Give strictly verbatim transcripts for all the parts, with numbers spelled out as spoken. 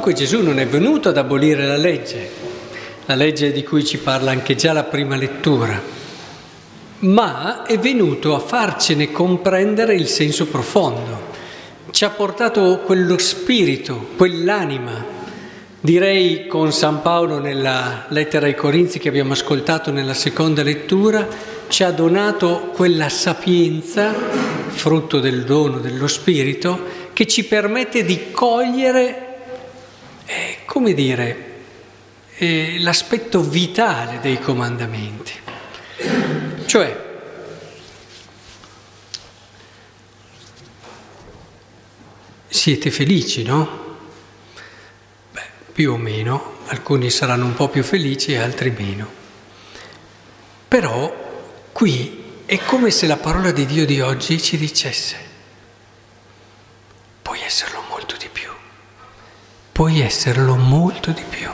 Dunque Gesù non è venuto ad abolire la legge, la legge di cui ci parla anche già la prima lettura, ma è venuto a farcene comprendere il senso profondo. Ci ha portato quello spirito, quell'anima. Direi con San Paolo nella lettera ai Corinzi che abbiamo ascoltato nella seconda lettura, ci ha donato quella sapienza, frutto del dono dello Spirito, che ci permette di cogliere, eh, come dire, eh, l'aspetto vitale dei comandamenti. Cioè, siete felici, no? Più o meno, alcuni saranno un po' più felici e altri meno. Però qui è come se la parola di Dio di oggi ci dicesse: puoi esserlo molto di più, puoi esserlo molto di più.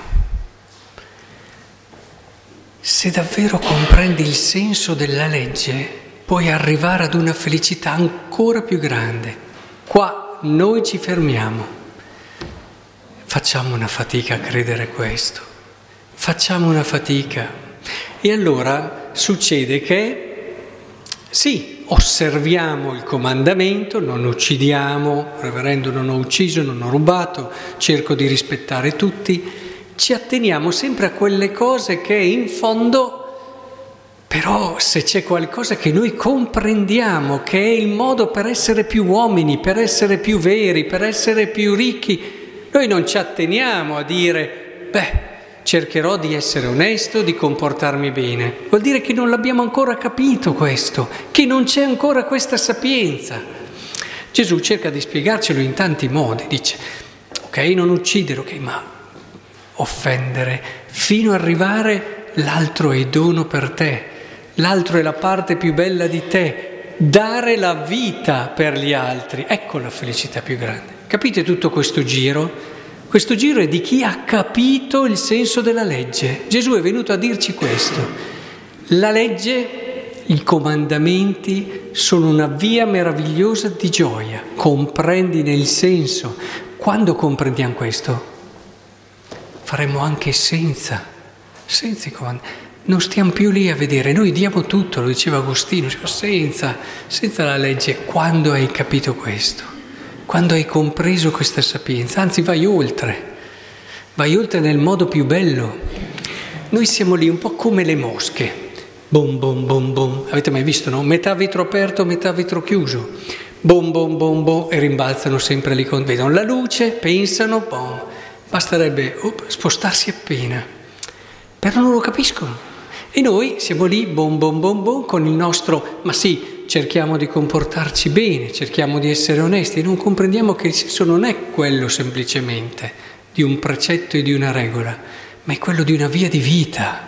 Se davvero comprendi il senso della legge, puoi arrivare ad una felicità ancora più grande. Qua noi ci fermiamo. Facciamo una fatica a credere questo, facciamo una fatica. E allora succede che, sì, osserviamo il comandamento, non uccidiamo, reverendo non ho ucciso, non ho rubato, cerco di rispettare tutti, ci atteniamo sempre a quelle cose che in fondo, però se c'è qualcosa che noi comprendiamo, che è il modo per essere più uomini, per essere più veri, per essere più ricchi, noi non ci atteniamo a dire, beh, cercherò di essere onesto, di comportarmi bene. Vuol dire che non l'abbiamo ancora capito questo, che non c'è ancora questa sapienza. Gesù cerca di spiegarcelo in tanti modi, dice, ok, non uccidere, ok, ma offendere, fino ad arrivare l'altro è dono per te, l'altro è la parte più bella di te, dare la vita per gli altri, ecco la felicità più grande. Capite tutto questo giro? Questo giro è di chi ha capito il senso della legge. Gesù è venuto a dirci questo. La legge, i comandamenti sono una via meravigliosa di gioia. Comprendine il senso. Quando comprendiamo questo, faremo anche senza, senza i comandamenti. Non stiamo più lì a vedere, noi diamo tutto, lo diceva Agostino, senza, senza la legge. Quando hai capito questo? Quando hai compreso questa sapienza, anzi vai oltre, vai oltre nel modo più bello. Noi siamo lì un po' come le mosche, bom bom bom bom, avete mai visto, no? Metà vetro aperto, metà vetro chiuso, bom bom bom bom, e rimbalzano sempre lì, vedono la luce, pensano, bom, basterebbe op, spostarsi appena, però non lo capiscono. E noi siamo lì, bom bom bom bom, con il nostro, ma sì, cerchiamo di comportarci bene, cerchiamo di essere onesti e non comprendiamo che il senso non è quello semplicemente di un precetto e di una regola, ma è quello di una via di vita.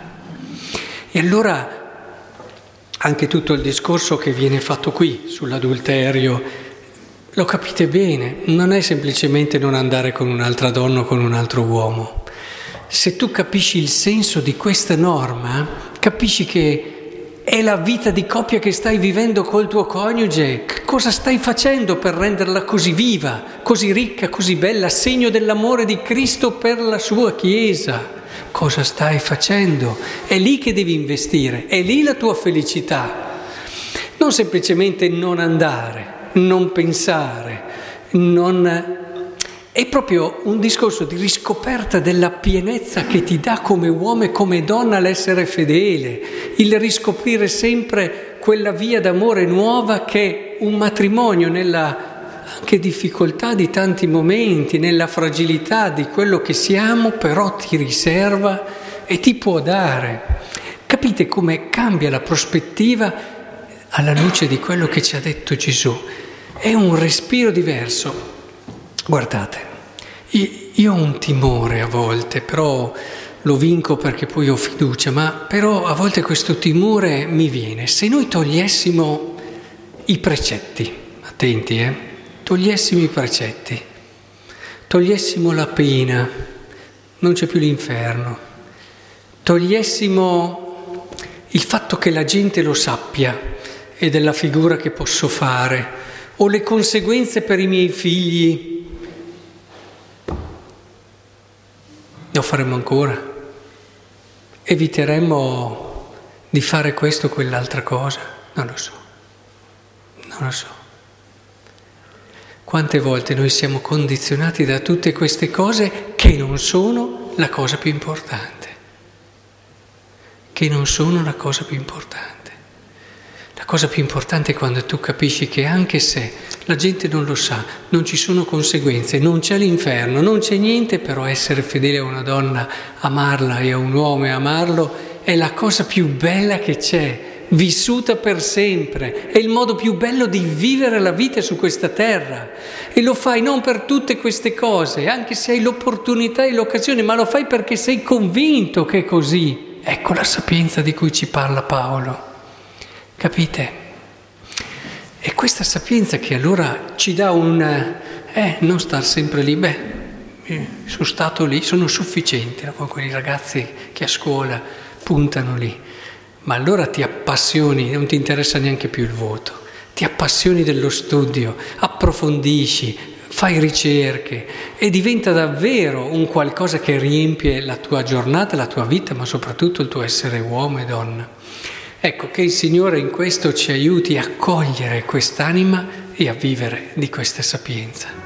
E allora anche tutto il discorso che viene fatto qui sull'adulterio, lo capite bene, non è semplicemente non andare con un'altra donna o con un altro uomo. Se tu capisci il senso di questa norma, capisci che è la vita di coppia che stai vivendo col tuo coniuge. Cosa stai facendo per renderla così viva, così ricca, così bella, segno dell'amore di Cristo per la sua Chiesa? Cosa stai facendo? È lì che devi investire, è lì la tua felicità. Non semplicemente non andare, non pensare, non... È proprio un discorso di riscoperta della pienezza che ti dà come uomo e come donna l'essere fedele, il riscoprire sempre quella via d'amore nuova che un matrimonio, nella anche difficoltà di tanti momenti, nella fragilità di quello che siamo, però ti riserva e ti può dare. Capite come cambia la prospettiva alla luce di quello che ci ha detto Gesù? È un respiro diverso. Guardate, io ho un timore a volte, però lo vinco perché poi ho fiducia, ma però a volte questo timore mi viene. Se noi togliessimo i precetti, attenti, eh, togliessimo i precetti, togliessimo la pena, non c'è più l'inferno, togliessimo il fatto che la gente lo sappia e della figura che posso fare, o le conseguenze per i miei figli. Lo faremo ancora. Eviteremo di fare questo o quell'altra cosa? Non lo so. Non lo so. Quante volte noi siamo condizionati da tutte queste cose che non sono la cosa più importante. Che non sono la cosa più importante. La cosa più importante è quando tu capisci che anche se la gente non lo sa, non ci sono conseguenze, non c'è l'inferno, non c'è niente, però essere fedele a una donna, amarla, e a un uomo e amarlo è la cosa più bella che c'è. Vissuta per sempre, è il modo più bello di vivere la vita su questa terra, e lo fai non per tutte queste cose, anche se hai l'opportunità e l'occasione, ma lo fai perché sei convinto che è così. Ecco la sapienza di cui ci parla Paolo, capite? E questa sapienza che allora ci dà un eh, non star sempre lì, beh, sono stato lì, sono sufficiente, no? Con quei ragazzi che a scuola puntano lì. Ma allora ti appassioni, non ti interessa neanche più il voto, ti appassioni dello studio, approfondisci, fai ricerche e diventa davvero un qualcosa che riempie la tua giornata, la tua vita, ma soprattutto il tuo essere uomo e donna. Ecco, che il Signore in questo ci aiuti a cogliere quest'anima e a vivere di questa sapienza.